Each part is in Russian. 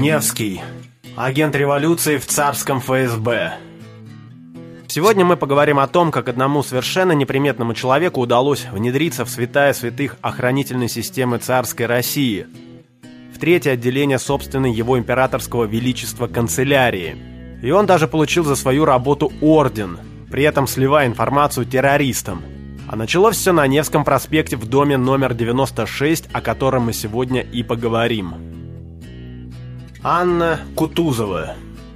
Невский. Агент революции в царском ФСБ. Сегодня мы поговорим о том, как одному совершенно неприметному человеку удалось внедриться в святая святых охранительной системы царской России, в третье отделение собственной его императорского величества канцелярии. И он даже получил за свою работу орден, при этом сливая информацию террористам. А началось все на Невском проспекте в доме номер 96, о котором мы сегодня и поговорим. Анна Кутузова.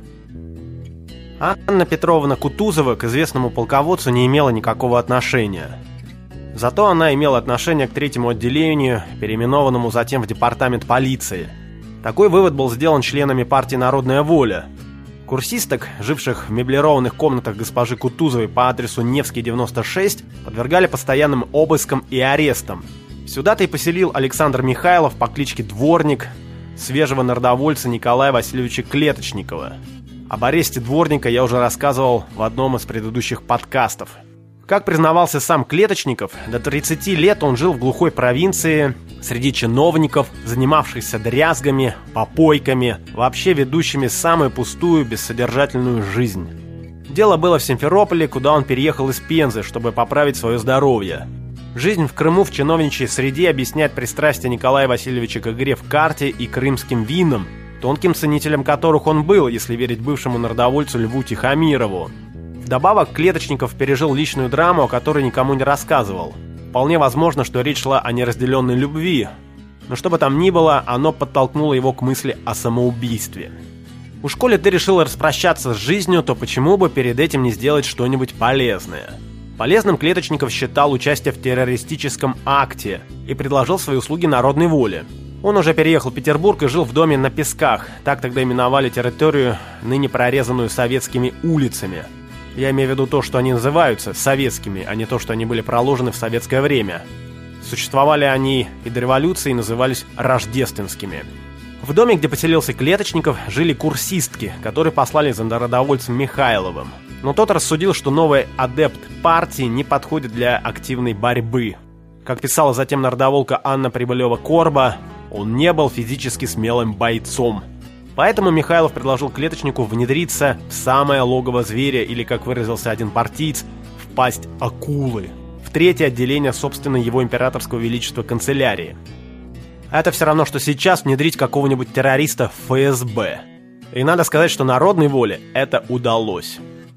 Анна Петровна Кутузова к известному полководцу не имела никакого отношения. Зато она имела отношение к третьему отделению, переименованному затем в департамент полиции. Такой вывод был сделан членами партии «Народная воля». Курсисток, живших в меблированных комнатах госпожи Кутузовой по адресу Невский, 96, подвергали постоянным обыскам и арестам. Сюда-то и поселил Александр Михайлов по кличке Дворник свежего народовольца Николая Васильевича Клеточникова. Об аресте Дворника я уже рассказывал в одном из предыдущих подкастов. Как признавался сам Клеточников, до 30 лет он жил в глухой провинции, среди чиновников, занимавшихся дрязгами, попойками, вообще ведущими самую пустую, бессодержательную жизнь. Дело было в Симферополе, куда он переехал из Пензы, чтобы поправить свое здоровье. Жизнь в Крыму в чиновничьей среде объясняет пристрастие Николая Васильевича к игре в карты и крымским винам, тонким ценителем которых он был, если верить бывшему народовольцу Льву Тихомирову. Вдобавок, Клеточников пережил личную драму, о которой никому не рассказывал. Вполне возможно, что речь шла о неразделенной любви, но что бы там ни было, оно подтолкнуло его к мысли о самоубийстве. Уж коли ты решил распрощаться с жизнью, то почему бы перед этим не сделать что-нибудь полезное? Полезным Клеточников считал участие в террористическом акте и предложил свои услуги Народной воле. Он уже переехал в Петербург и жил в доме на Песках, так тогда именовали территорию, ныне прорезанную советскими улицами. Я имею в виду то, что они называются советскими, а не то, что они были проложены в советское время. Существовали они и до революции, и назывались рождественскими. В доме, где поселился Клеточников, жили курсистки, которые послали за народовольцем Михайловым. Но тот рассудил, что новый адепт партии не подходит для активной борьбы. Как писала затем народоволка Анна Прибылева-Корба, он не был физически смелым бойцом. Поэтому Михайлов предложил Клеточнику внедриться в самое логово зверя, или, как выразился один партиец, в пасть акулы, в третье отделение собственной его императорского величества канцелярии. Это все равно, что сейчас внедрить какого-нибудь террориста в ФСБ. И надо сказать, что Народной воле это удалось.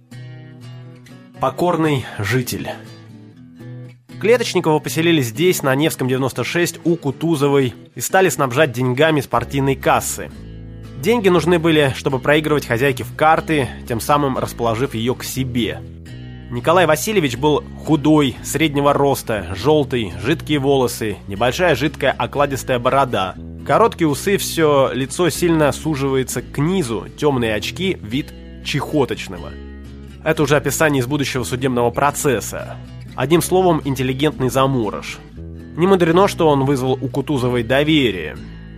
Покорный житель. Клеточникова поселили здесь, на Невском 96, у Кутузовой, и стали снабжать деньгами с партийной кассы. Деньги нужны были, чтобы проигрывать хозяйке в карты, тем самым расположив ее к себе. Николай Васильевич был худой, среднего роста, желтый, жидкие волосы, небольшая жидкая окладистая борода, короткие усы, все лицо сильно суживается к низу, темные очки, вид чехоточного. Это уже описание из будущего судебного процесса. Одним словом, интеллигентный заморож. Не мудрено, что он вызвал у Кутузовой доверие.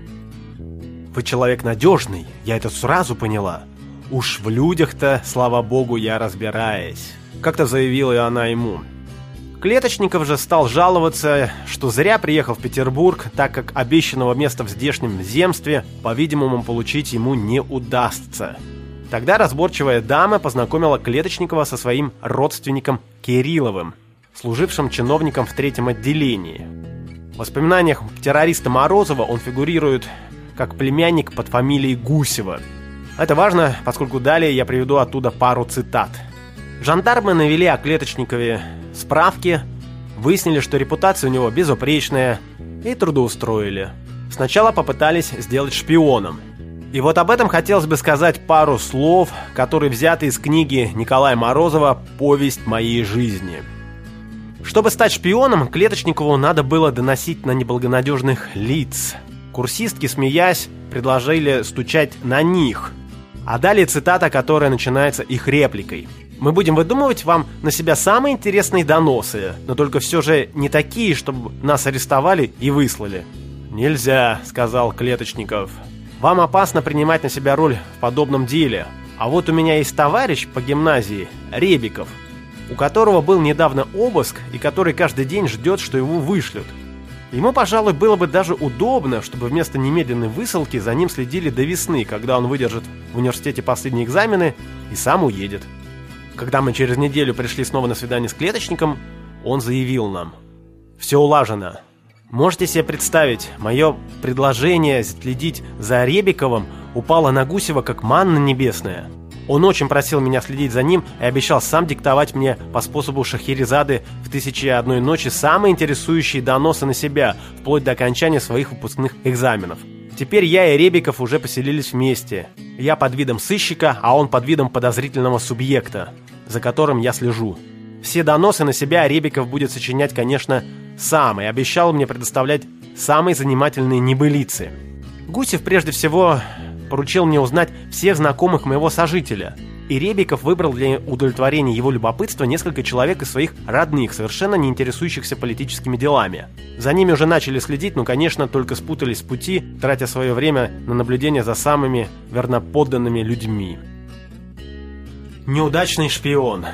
«Вы человек надежный, я это сразу поняла. Уж в людях-то, слава богу, я разбираюсь», — как-то заявила она ему. Клеточников же стал жаловаться, что зря приехал в Петербург, так как обещанного места в здешнем земстве, по-видимому, получить ему не удастся. Тогда разборчивая дама познакомила Клеточникова со своим родственником Кирилловым, служившим чиновником в третьем отделении. В воспоминаниях террориста Морозова он фигурирует как племянник под фамилией Гусева. Это важно, поскольку далее я приведу оттуда пару цитат. Жандармы навели о Клеточникове справки, выяснили, что репутация у него безупречная, и трудоустроили. Сначала попытались сделать шпионом. И вот об этом хотелось бы сказать пару слов, которые взяты из книги Николая Морозова «Повесть моей жизни». Чтобы стать шпионом, Клеточникову надо было доносить на неблагонадежных лиц. Курсистки, смеясь, предложили стучать на них. А далее цитата, которая начинается их репликой. «Мы будем выдумывать вам на себя самые интересные доносы, но только все же не такие, чтобы нас арестовали и выслали». «Нельзя», — сказал Клеточников. «Вам опасно принимать на себя роль в подобном деле. А вот у меня есть товарищ по гимназии, Ребиков, у которого был недавно обыск и который каждый день ждет, что его вышлют. Ему, пожалуй, было бы даже удобно, чтобы вместо немедленной высылки за ним следили до весны, когда он выдержит в университете последние экзамены и сам уедет. Когда мы через неделю пришли снова на свидание с клеточником, он заявил нам: «Все улажено. Можете себе представить, мое предложение следить за Ребиковым упало на Гусева как манна небесная. Он очень просил меня следить за ним и обещал сам диктовать мне по способу Шахерезады в «1000 и одной ночи» самые интересующие доносы на себя, вплоть до окончания своих выпускных экзаменов. Теперь я и Ребиков уже поселились вместе. Я под видом сыщика, а он под видом подозрительного субъекта, за которым я слежу. Все доносы на себя Ребиков будет сочинять, конечно, сам, и обещал мне предоставлять самые занимательные небылицы. Гусев прежде всего поручил мне узнать всех знакомых моего сожителя, и Ребиков выбрал для удовлетворения его любопытства несколько человек из своих родных, совершенно не интересующихся политическими делами. За ними уже начали следить, но, конечно, только спутались с пути, тратя свое время на наблюдение за самыми верноподданными людьми. Неудачный шпион.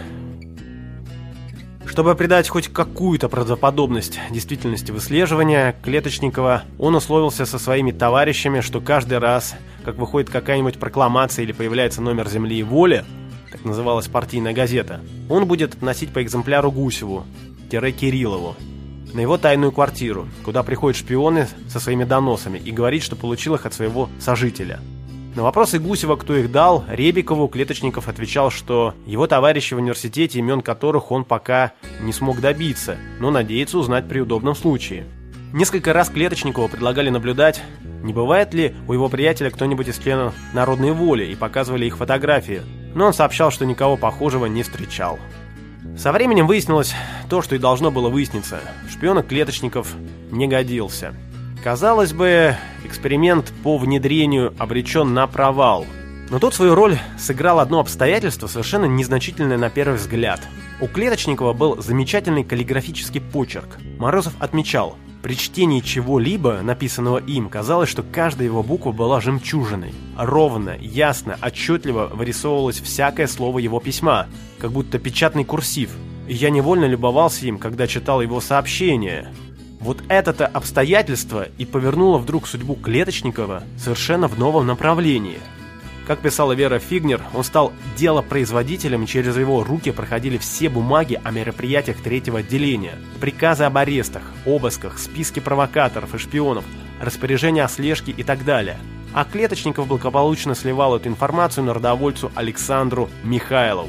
Чтобы придать хоть какую-то правдоподобность действительности выслеживания Клеточникова, он условился со своими товарищами, что каждый раз, как выходит какая-нибудь прокламация или появляется номер «Земли и воли», так называлась партийная газета, он будет относить по экземпляру Гусеву-Кириллову на его тайную квартиру, куда приходят шпионы со своими доносами, и говорит, что получил их от своего сожителя. На вопросы Гусева, кто их дал, Ребикову Клеточников отвечал, что его товарищи в университете, имен которых он пока не смог добиться, но надеется узнать при удобном случае. Несколько раз Клеточникову предлагали наблюдать, не бывает ли у его приятеля кто-нибудь из членов «Народной воли», и показывали их фотографии, но он сообщал, что никого похожего не встречал. Со временем выяснилось то, что и должно было выясниться. Шпион Клеточников не годился. Казалось бы, эксперимент по внедрению обречен на провал. Но тут свою роль сыграло одно обстоятельство, совершенно незначительное на первый взгляд. У Клеточникова был замечательный каллиграфический почерк. Морозов отмечал: при чтении чего-либо, написанного им, казалось, что каждая его буква была жемчужиной. Ровно, ясно, отчетливо вырисовывалось всякое слово его письма, как будто печатный курсив. И я невольно любовался им, когда читал его сообщения. Вот это-то обстоятельство и повернуло вдруг судьбу Клеточникова совершенно в новом направлении. Как писала Вера Фигнер, он стал делопроизводителем, и через его руки проходили все бумаги о мероприятиях третьего отделения, приказы об арестах, обысках, списки провокаторов и шпионов, распоряжения о слежке и так далее. А Клеточников благополучно сливал эту информацию народовольцу Александру Михайлову.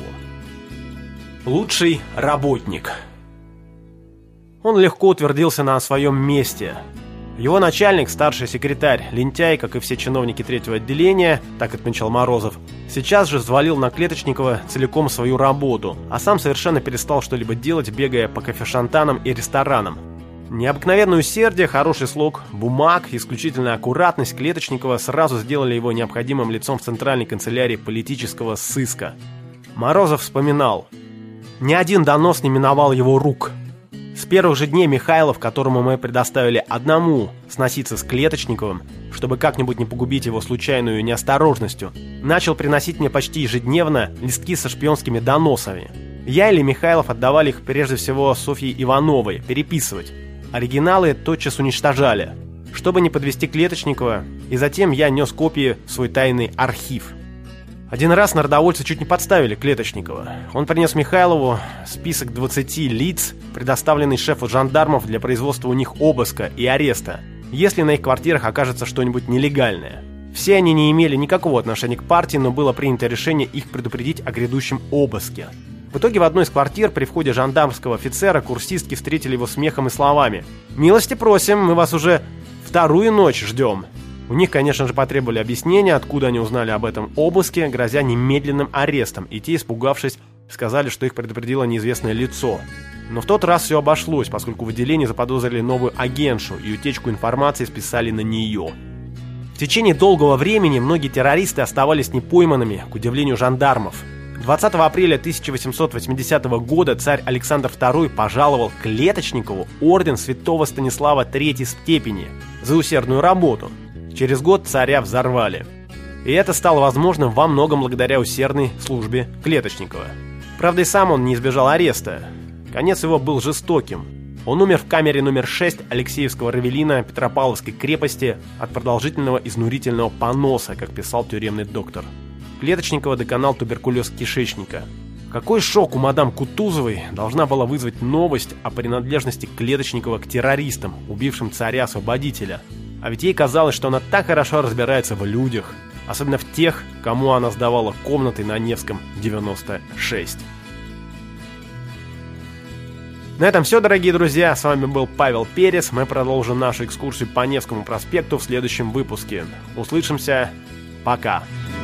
Лучший работник. Он легко утвердился на своем месте. Его начальник, старший секретарь, лентяй, как и все чиновники третьего отделения, так отмечал Морозов, сейчас же взвалил на Клеточникова целиком свою работу, а сам совершенно перестал что-либо делать, бегая по кафешантанам и ресторанам. Необыкновенное усердие, хороший слог бумаг, исключительная аккуратность Клеточникова сразу сделали его необходимым лицом в центральной канцелярии политического сыска. Морозов вспоминал: «Ни один донос не миновал его рук. С первых же дней Михайлов, которому мы предоставили одному сноситься с Клеточниковым, чтобы как-нибудь не погубить его случайную неосторожностью, начал приносить мне почти ежедневно листки со шпионскими доносами. Я или Михайлов отдавали их прежде всего Софье Ивановой переписывать. Оригиналы тотчас уничтожали, чтобы не подвести Клеточникова, и затем я нес копии в свой тайный архив». Один раз народовольцы чуть не подставили Клеточникова. Он принес Михайлову список 20 лиц, предоставленный шефу жандармов для производства у них обыска и ареста, если на их квартирах окажется что-нибудь нелегальное. Все они не имели никакого отношения к партии, но было принято решение их предупредить о грядущем обыске. В итоге в одной из квартир при входе жандармского офицера курсистки встретили его смехом и словами: «Милости просим, мы вас уже вторую ночь ждем». У них, конечно же, потребовали объяснения, откуда они узнали об этом обыске, грозя немедленным арестом, и те, испугавшись, сказали, что их предупредило неизвестное лицо. Но в тот раз все обошлось, поскольку в отделении заподозрили новую агентшу, и утечку информации списали на нее. В течение долгого времени многие террористы оставались непойманными, к удивлению жандармов. 20 апреля 1880 года царь Александр II пожаловал Клеточникову орден святого Станислава III степени за усердную работу. Через год царя взорвали. И это стало возможным во многом благодаря усердной службе Клеточникова. Правда, и сам он не избежал ареста. Конец его был жестоким. Он умер в камере номер 6 Алексеевского Равелина Петропавловской крепости от продолжительного изнурительного поноса, как писал тюремный доктор. Клеточникова доконал туберкулез кишечника. Какой шок у мадам Кутузовой должна была вызвать новость о принадлежности Клеточникова к террористам, убившим царя-освободителя. А ведь ей казалось, что она так хорошо разбирается в людях, особенно в тех, кому она сдавала комнаты на Невском 96. На этом все, дорогие друзья. С вами был Павел Перец. Мы продолжим нашу экскурсию по Невскому проспекту в следующем выпуске. Услышимся. Пока.